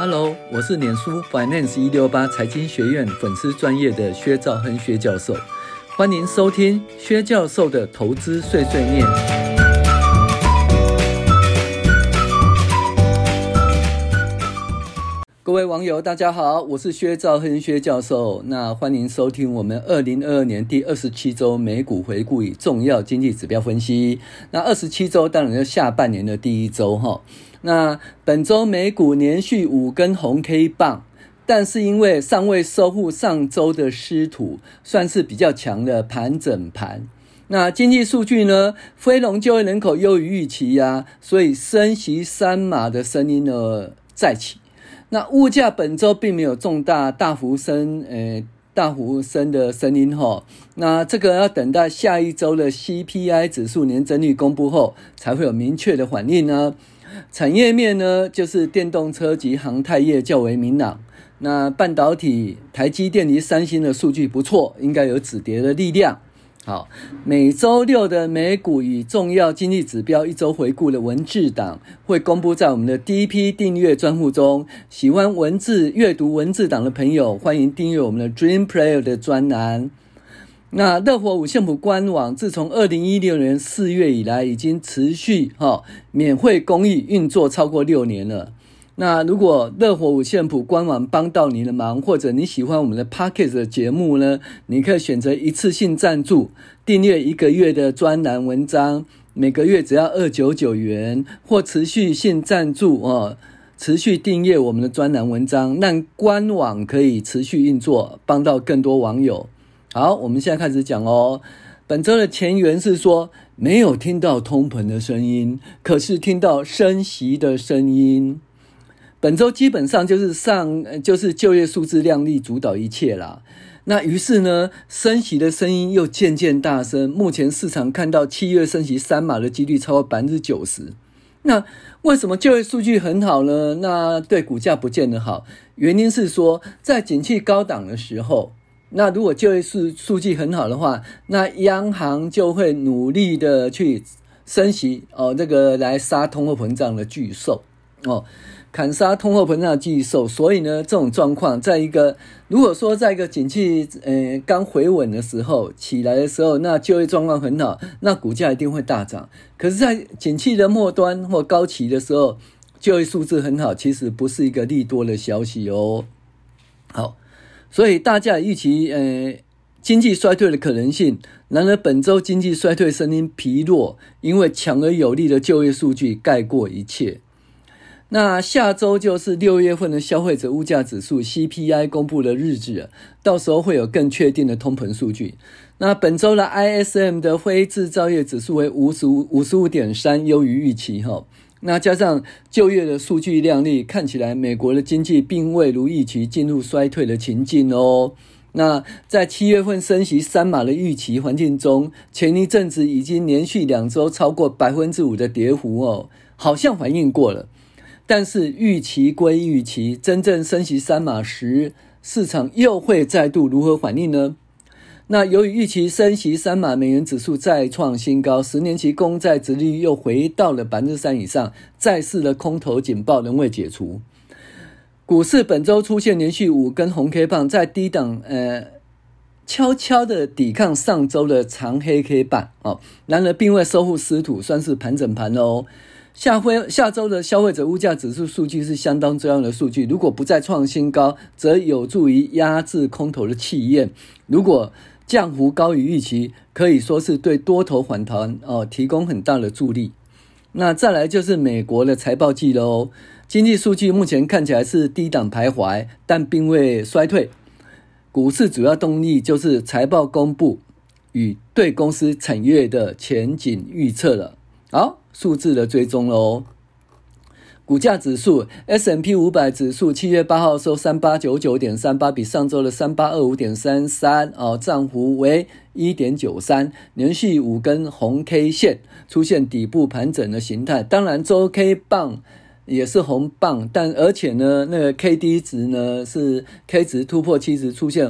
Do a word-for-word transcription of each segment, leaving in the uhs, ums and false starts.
Hello， 我是脸书 Finance 一六八财经学院粉丝专业的薛兆亨薛教授，欢迎收听薛教授的投资碎碎念。各位网友大家好，我是薛兆亨薛教授，那欢迎收听我们二零二二年第二十七周美股回顾与重要经济指标分析。那二十七周当然是下半年的第一周齁。那本周美股连续五根红 K 棒，但是因为尚未收复上周的失土，算是比较强的盘整盘。那经济数据呢，非农就业人口优于预期啊，所以升息三码的声音呢再起。那物价本周并没有重大大幅升呃大幅升的声音齁，那这个要等到下一周的 C P I 指数年增率公布后才会有明确的反应呢。产业面呢，就是电动车及航太业较为明朗。那半导体台积电及三星的数据不错，应该有止跌的力量。好，每周六的美股与重要经济指标一周回顾的文字档会公布在我们的第一批订阅专户中。喜欢文字阅读文字档的朋友，欢迎订阅我们的 Dream Player 的专栏。那乐活五线谱官网自从二零一六年四月以来，已经持续、哦、免费公益运作超过六年了。那如果乐活五线谱官网帮到你的忙，或者你喜欢我们的 Podcast 的节目呢，你可以选择一次性赞助，订阅一个月的专栏文章，每个月只要二百九十九元，或持续性赞助、哦、持续订阅我们的专栏文章，让官网可以持续运作，帮到更多网友。好，我们现在开始讲哦。本周的前言是说，没有听到通膨的声音，可是听到升息的声音。本周基本上就是上就是就业数字亮丽主导一切啦。那于是呢，升息的声音又渐渐大声。目前市场看到七月升息三码的几率超过 百分之九十。那为什么就业数据很好呢？那对股价不见得好。原因是说，在景气高档的时候，那如果就业数数据很好的话，那央行就会努力的去升息哦，这个来杀通货膨胀的巨兽哦，砍杀通货膨胀的巨兽。所以呢，这种状况，在一个如果说在一个景气呃刚回稳的时候起来的时候，那就业状况很好，那股价一定会大涨。可是，在景气的末端或高期的时候，就业数字很好，其实不是一个利多的消息哦。好。所以大家预期呃经济衰退的可能性，然而本周经济衰退声音疲弱，因为强而有力的就业数据盖过一切。那下周就是六月份的消费者物价指数 C P I 公布的日子，到时候会有更确定的通膨数据。那本周的 I S M 的非制造业指数为 五十五点三， 优于预期齁。那加上就业的数据亮丽，看起来美国的经济并未如预期进入衰退的情境哦。那在七月份升息三码的预期环境中，前一阵子已经连续两周超过 百分之五 的跌幅哦，好像反应过了。但是预期归预期，真正升息三码时，市场又会再度如何反应呢？那由于预期升息三码，美元指数再创新高，十年期公债殖利率又回到了 百分之三 以上，债市的空头警报仍未解除。股市本周出现连续五根红 K 棒，在低档呃悄悄的抵抗上周的长黑 K 棒哦，然而并未收复失土，算是盘整盘哦。下回下周的消费者物价指数数据是相当重要的数据，如果不再创新高，则有助于压制空头的气焰。如果降幅高于预期，可以说是对多头反弹哦提供很大的助力。那再来就是美国的财报季咯，经济数据目前看起来是低档徘徊，但并未衰退。股市主要动力就是财报公布与对公司产业的前景预测了。好，数字的追踪咯。股价指数 S and P 五百 指数七月八号收 三八九九点三八， 比上周的 三八二五点三三、哦、涨幅为 一点九三， 连续五根红 K 线出现底部盘整的形态。当然周 K 棒也是红棒，但而且呢那个 K D 值呢是 K 值突破七十，出现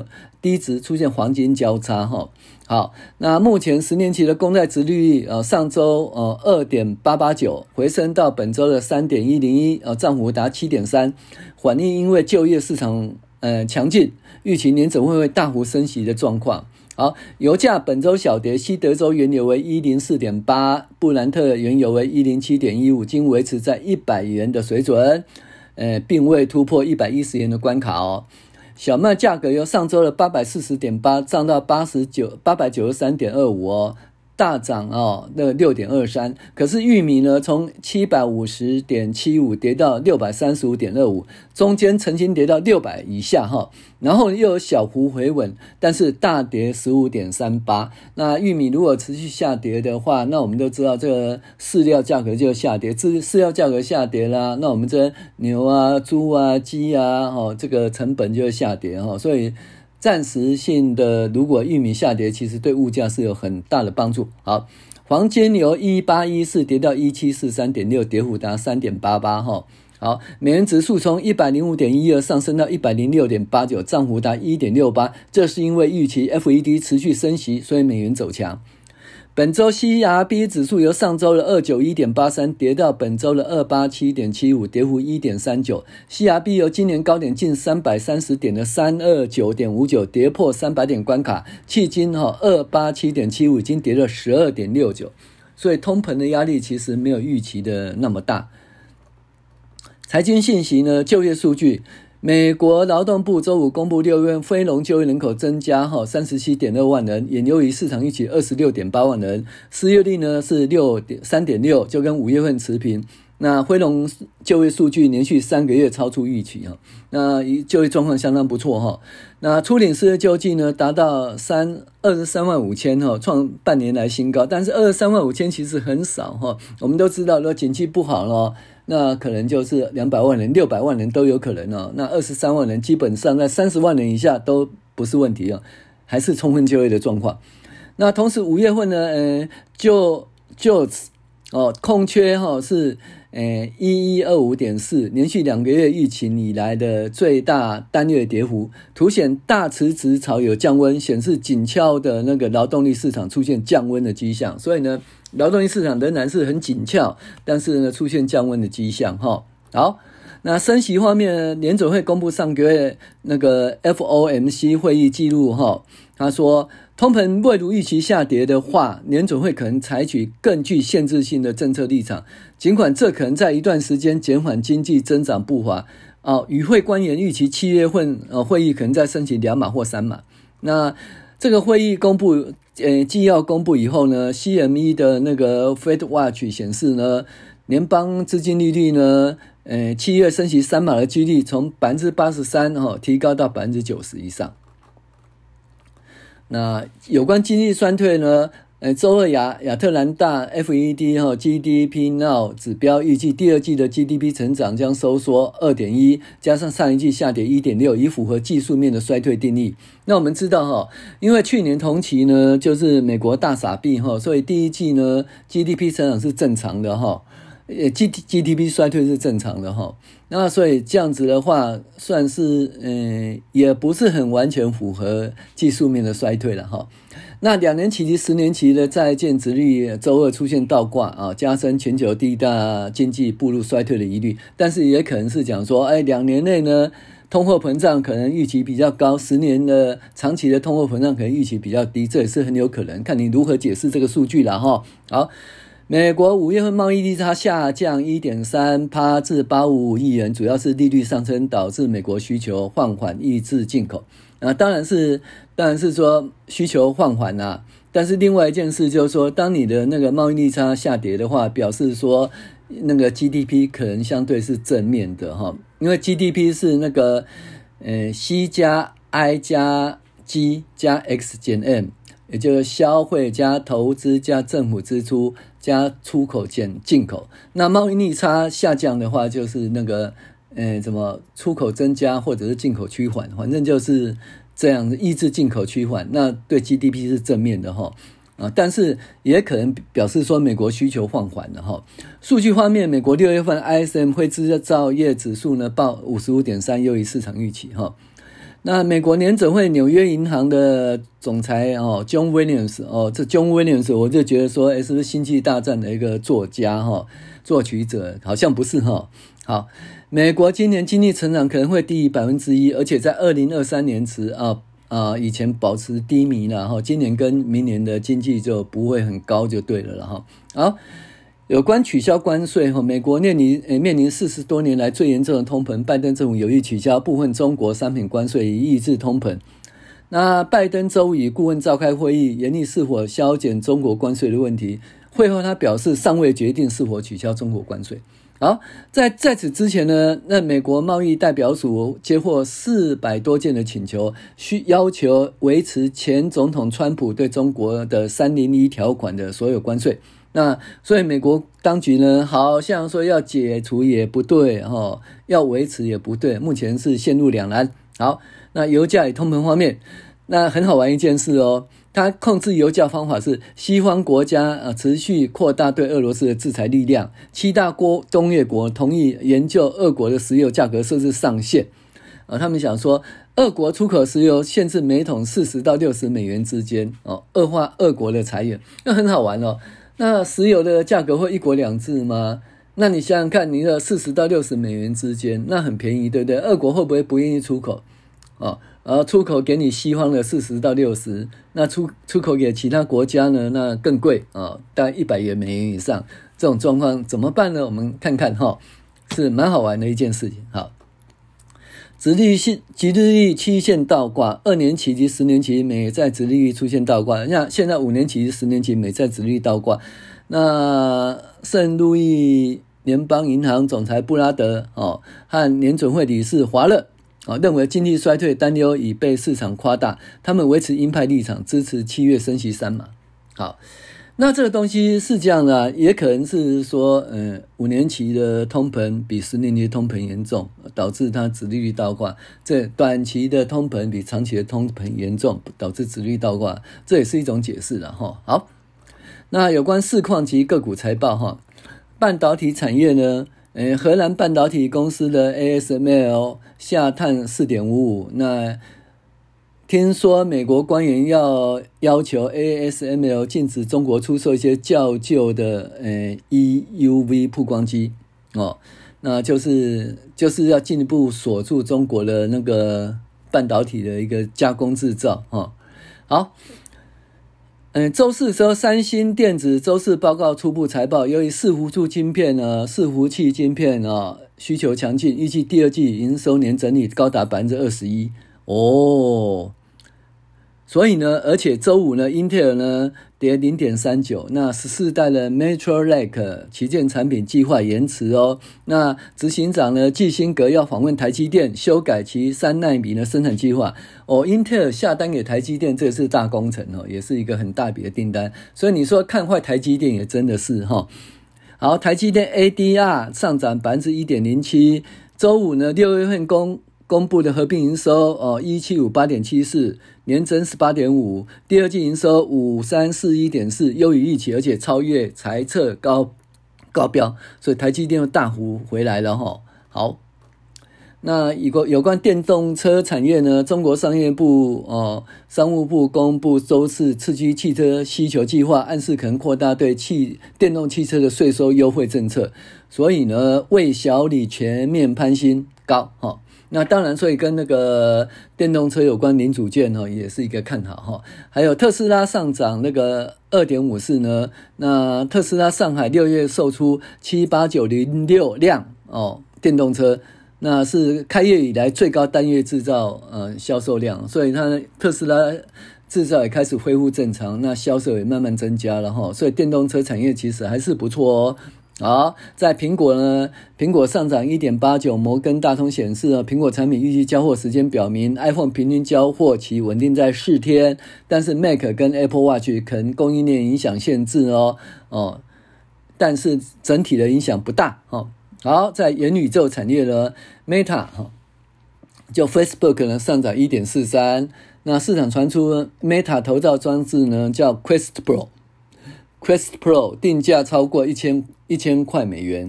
低值出现黄金交叉哈。好，那目前十年期的公债殖利率呃上周呃 二点八八九 回升到本周的 三点一零一 呃涨幅达 七点三， 反映因为就业市场呃强劲，预期年整会会大幅升息的状况。好，油价本周小跌，西德州原油为 一零四点八， 布兰特原油为 一零七点一五， 均维持在一百元的水准，呃并未突破一百一十元的关卡哦。小麦价格由上周的 八百四十点八 涨到 八百九十三点二五 哦，大涨哦，那个 六点二三。可是玉米呢，从 七百五十点七五 跌到 六百三十五点二五， 中间曾经跌到六百以下哈，然后又有小幅回稳，但是大跌 十五点三八。 那玉米如果持续下跌的话，那我们都知道这个饲料价格就下跌，饲料价格下跌啦，那我们这牛啊、猪啊、鸡啊，哦，这个成本就会下跌哈，所以暂时性的，如果玉米下跌，其实对物价是有很大的帮助。好，黄金由一八一四跌到 一七四三点六， 跌幅达 三点八八 哈。好，美元指数从 一百零五点一二 上升到 一百零六点八九， 涨幅达 一点六八， 这是因为预期 F E D 持续升息，所以美元走强。本周 C R B 指数由上周的 二百九十一点八三 跌到本周的 二百八十七点七五， 跌幅 一点三九。 C R B 由今年高点近三百三十点的 三百二十九点五九 跌破三百点关卡，迄今、哦、二百八十七点七五 已经跌了 十二点六九， 所以通膨的压力其实没有预期的那么大。财经信息呢，就业数据，美国劳动部周五公布六月非农就业人口增加 三十七点二万人，也优于市场预期 二十六点八万人，失业率呢是 三点六， 就跟五月份持平。那非农就业数据连续三个月超出预期，那就业状况相当不错。那初领失业救济呢达到二十三万五千，创半年来新高，但是二十三万五千其实很少。我们都知道如果景气不好了，那可能就是两百万人、六百万人都有可能哦。那二十三万人基本上在三十万人以下都不是问题哦，还是充分就业的状况。那同时五月份呢，呃，就就哦空缺哈、哦、是呃一一二五点四，连续两个月疫情以来的最大单月跌幅，凸显大辞职潮有降温，显示紧俏的那个劳动力市场出现降温的迹象。所以呢，劳动力市场仍然是很紧俏，但是呢出现降温的迹象哈。好，那升息方面，联准会公布上个月那个 F O M C 会议记录哈，他说通膨未如预期下跌的话，联准会可能采取更具限制性的政策立场，尽管这可能在一段时间减缓经济增长步伐。哦，与会官员预期七月份呃会议可能再升息两码或三码。那这个会议公布呃纪要公布以后呢 ，C M E 的那个 Fed Watch 显示呢，联邦资金利率呢，呃七月升息三码的几率从 百分之八十三 哦提高到 百分之九十 以上。那有关经济衰退呢，呃，周二亚亚特兰大 F E D 哈 G D P Now 指标预计第二季的 G D P 成长将收缩 二点一， 加上上一季下跌 一点六， 以符合技术面的衰退定义。那我们知道哈，因为去年同期呢就是美国大撒币哈，所以第一季呢 G D P 成长是正常的哈。G D P 衰退是正常的哈，那所以这样子的话，算是嗯也不是很完全符合技术面的衰退了哈。那两年期及十年期的债券殖利率周二出现倒挂啊，加深全球第一大经济步入衰退的疑虑，但是也可能是讲说，哎，两年内呢通货膨胀可能预期比较高，十年的长期的通货膨胀可能预期比较低，这也是很有可能，看你如何解释这个数据了哈。好。美国五月份贸易逆差下降 一点三 至八百五十五亿元，主要是利率上升导致美国需求放缓，抑制进口。啊，当然是当然是说需求放缓啊，但是另外一件事就是说，当你的那个贸易逆差下跌的话，表示说那个 G D P 可能相对是正面的哈，因为 G D P 是那个呃 C 加 I 加 G 加 X 减 M。也就是消费加投资加政府支出加出口减进口，那贸易逆差下降的话，就是那个呃怎么出口增加或者是进口趋缓，反正就是这样抑制进口趋缓，那对 G D P 是正面的哈啊，但是也可能表示说美国需求放缓了哈。数据方面，美国六月份 I S M 非制造业指数呢报 五十五点三， 优于市场预期哈。 那美国联准会纽约银行的总裁哦 John Williams 哦，这 John Williams 我就觉得说，诶是不是星际大战的一个作家哈、哦，作曲者？好像不是哈、哦。好，美国今年经济成长可能会低于百分之一，而且在二零二三年时啊啊以前保持低迷了哈，今年跟明年的经济就不会很高就对了了哈。好。有关取消关税，美国面临面临四十多年来最严重的通膨，拜登政府有意取消部分中国商品关税以抑制通膨。那拜登周五与顾问召开会议，研议是否削减中国关税的问题。会后他表示尚未决定是否取消中国关税。好，在在此之前呢，那美国贸易代表署接获四百多件的请求，需要求维持前总统川普对中国的三零一条款的所有关税。那所以美国当局呢，好像说要解除也不对齁，要维持也不对，目前是陷入两难。好，那油价与通膨方面，那很好玩一件事哦，它控制油价方法是西方国家呃持续扩大对俄罗斯的制裁力量，七大国工业国同意研究俄国的石油价格设置上限。呃，他们想说，俄国出口石油限制每桶四十到六十美元之间哦，恶化俄国的财源，那很好玩哦。那石油的价格会一国两制吗？那你想想看，你的四十到六十美元之间，那很便宜，对不对？俄国会不会不愿意出口？哦，然后出口给你西方的四十到六十，那出出口给其他国家呢，那更贵啊、哦，大概一百元美元以上。这种状况怎么办呢？我们看看哈、哦，是蛮好玩的一件事情。好。殖利率殖利率期限倒挂，二年期及十年期美债殖利率出现倒挂。那现在五年期及十年期美债殖利率倒挂。那圣路易联邦银行总裁布拉德哦和联准会理事华勒哦认为经济衰退担忧已被市场夸大，他们维持鹰派立场，支持七月升息三码。好。那这个东西是这样的、啊，也可能是说，呃，五年期的通膨比十年期的通膨严重，导致它殖利率倒挂；这短期的通膨比长期的通膨严重，导致殖利率倒挂，这也是一种解释了哈。好，那有关市况及个股财报哈，半导体产业呢，呃，荷兰半导体公司的 A S M L 下探 四点五五，那。听说美国官员要要求 A S M L 禁止中国出售一些较旧的呃 E U V 曝光机哦，那就是就是要进一步锁住中国的那个半导体的一个加工制造哦。好，嗯，周四时候，三星电子周四报告初步财报，由于伺服处晶片呢、伺服器晶片啊需求强劲，预计第二季营收年整理高达 百分之二十一 哦。所以呢，而且周五呢，英特尔呢跌 零点三九， 那十四代的 Meteor Lake 旗舰产品计划延迟哦。那执行长呢季辛格要访问台积电，修改其三奈米的生产计划。哦，英特尔下单给台积电，这是大工程哦，也是一个很大笔的订单。所以你说看坏台积电也真的是哈、哦。好，台积电 A D R 上涨 百分之一点零七， 周五呢六月份公公布的合并营收哦 一千七百五十八点七四， 年增 十八点五， 第二季营收 五千三百四十一点四， 优于预期，而且超越财测高高标，所以台积电又大幅回来了齁。好，那有关有关电动车产业呢，中国商业部哦商务部公布周四刺激汽车需求计划，暗示可能扩大对汽电动汽车的税收优惠政策，所以呢为小李全面攀新高齁。那当然，所以跟那个电动车有关零组件哈，也是一个看好哈。还有特斯拉上涨那个 二点五四 呢，那特斯拉上海六月售出七八九零六辆哦电动车，那是开业以来最高单月制造呃销售量，所以它特斯拉制造也开始恢复正常，那销售也慢慢增加了哈。所以电动车产业其实还是不错哦。好，在苹果呢，苹果上涨 一点八九， 摩根大通显示呢，苹果产品预计交货时间表明 iPhone 平均交货期稳定在四天，但是 Mac 跟 Apple Watch 可能供应链影响限制哦，哦，但是整体的影响不大哦。好，在元宇宙产业呢 ，Meta 哈，就 Facebook 呢上涨 一点四三， 那市场传出 Meta 头罩装置呢叫 Quest Pro。Quest Pro 定价超过一千一千块美元，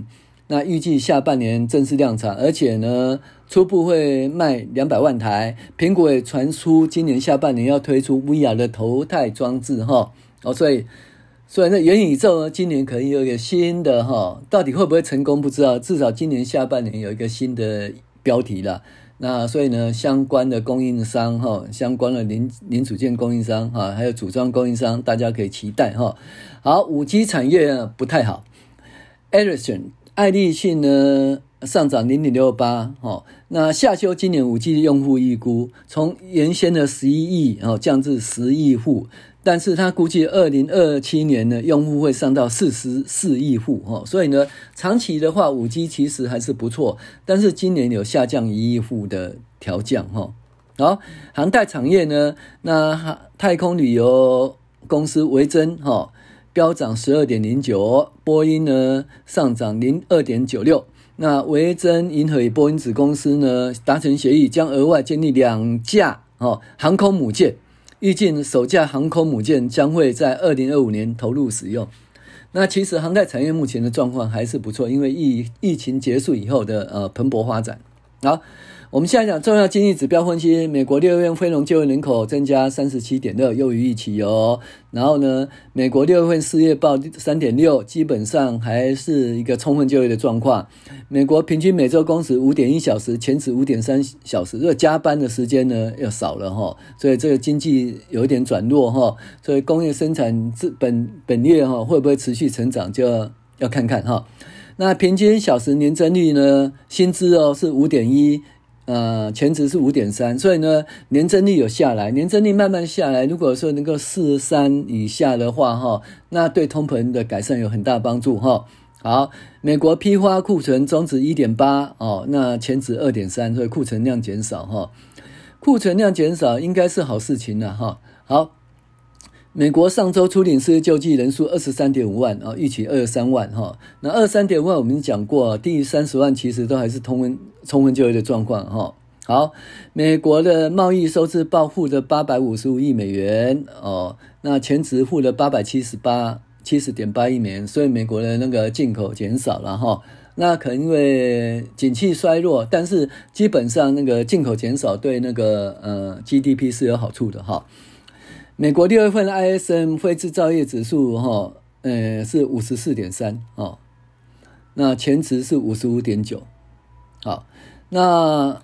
那预计下半年正式量产，而且呢初步会卖两百万台。苹果也传出今年下半年要推出 V R 的头戴装置齁，哦，所以所以呢元宇宙呢今年可能有一个新的齁，到底会不会成功不知道，至少今年下半年有一个新的标题啦。那所以呢相关的供应商齁，相关的零零组件供应商哈，还有组装供应商，大家可以期待齁。好， 五 G 产业呢不太好。Ericsson 爱立信呢上涨 零点六八， 哦，那下修今年 五 G 用户预估从原先的十一亿，哦，降至十亿户，但是他估计二零二七年呢用户会上到四十四亿户，哦，所以呢长期的话 五 G 其实还是不错，但是今年有下降一亿户的调降，哦。好，航太产业呢，那太空旅游公司维珍，哦，飙涨 十二点零九， 波音呢上涨 二点九六。那维珍银河与波音子公司呢达成协议，将额外建立两架，哦，航空母舰，预计首架航空母舰将会在二零二五年投入使用。那其实航太产业目前的状况还是不错，因为疫疫情结束以后的呃蓬勃发展。好，我们现在讲重要经济指标分析。美国六月非农就业人口增加 三十七点二， 优于预期哦。然后呢，美国六月份失业报 三点六， 基本上还是一个充分就业的状况。美国平均每周工时 五点一小时，前值 五点三小时，这个加班的时间呢要少了齁，所以这个经济有一点转弱齁，所以工业生产本本业齁会不会持续成长就要要看看齁。那平均小时年增率呢，薪资哦是 五点一，呃，前值是 五点三， 所以呢年增率有下来，年增率慢慢下来，如果说能够四十三以下的话齁，那对通膨的改善有很大帮助齁。好，美国批发库存终值 一点八， 哦，那前值 二点三， 所以库存量减少齁，库存量减少应该是好事情啦齁。好，美国上周初领失业救济人数 二十三点五万，预期二十三万。那 二十三点五万我们讲过，低于三十万其实都还是充分充分就业的状况。好，美国的贸易收支报负的八百五十五亿美元，哦，那前值负的八百七十八 七十点八亿美元，所以美国的那个进口减少了齁。那可能因为景气衰弱，但是基本上那个进口减少对那个呃 G D P 是有好处的齁。美国六月份的 I S M 非制造业指数齁，呃是 五十四点三， 哦，那前值是 五十五点九。好，那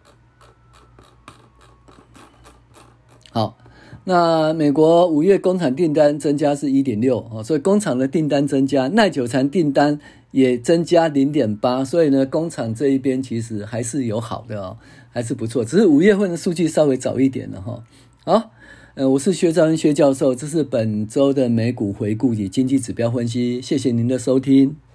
好，那美国五月工厂订单增加是 一点六， 哦，所以工厂的订单增加，耐久材订单也增加 零点八， 所以呢工厂这一边其实还是有好的哦，还是不错，只是五月份的数据稍微早一点了齁。好，呃，我是薛兆亨薛教授，这是本周的美股回顾与经济指标分析，谢谢您的收听。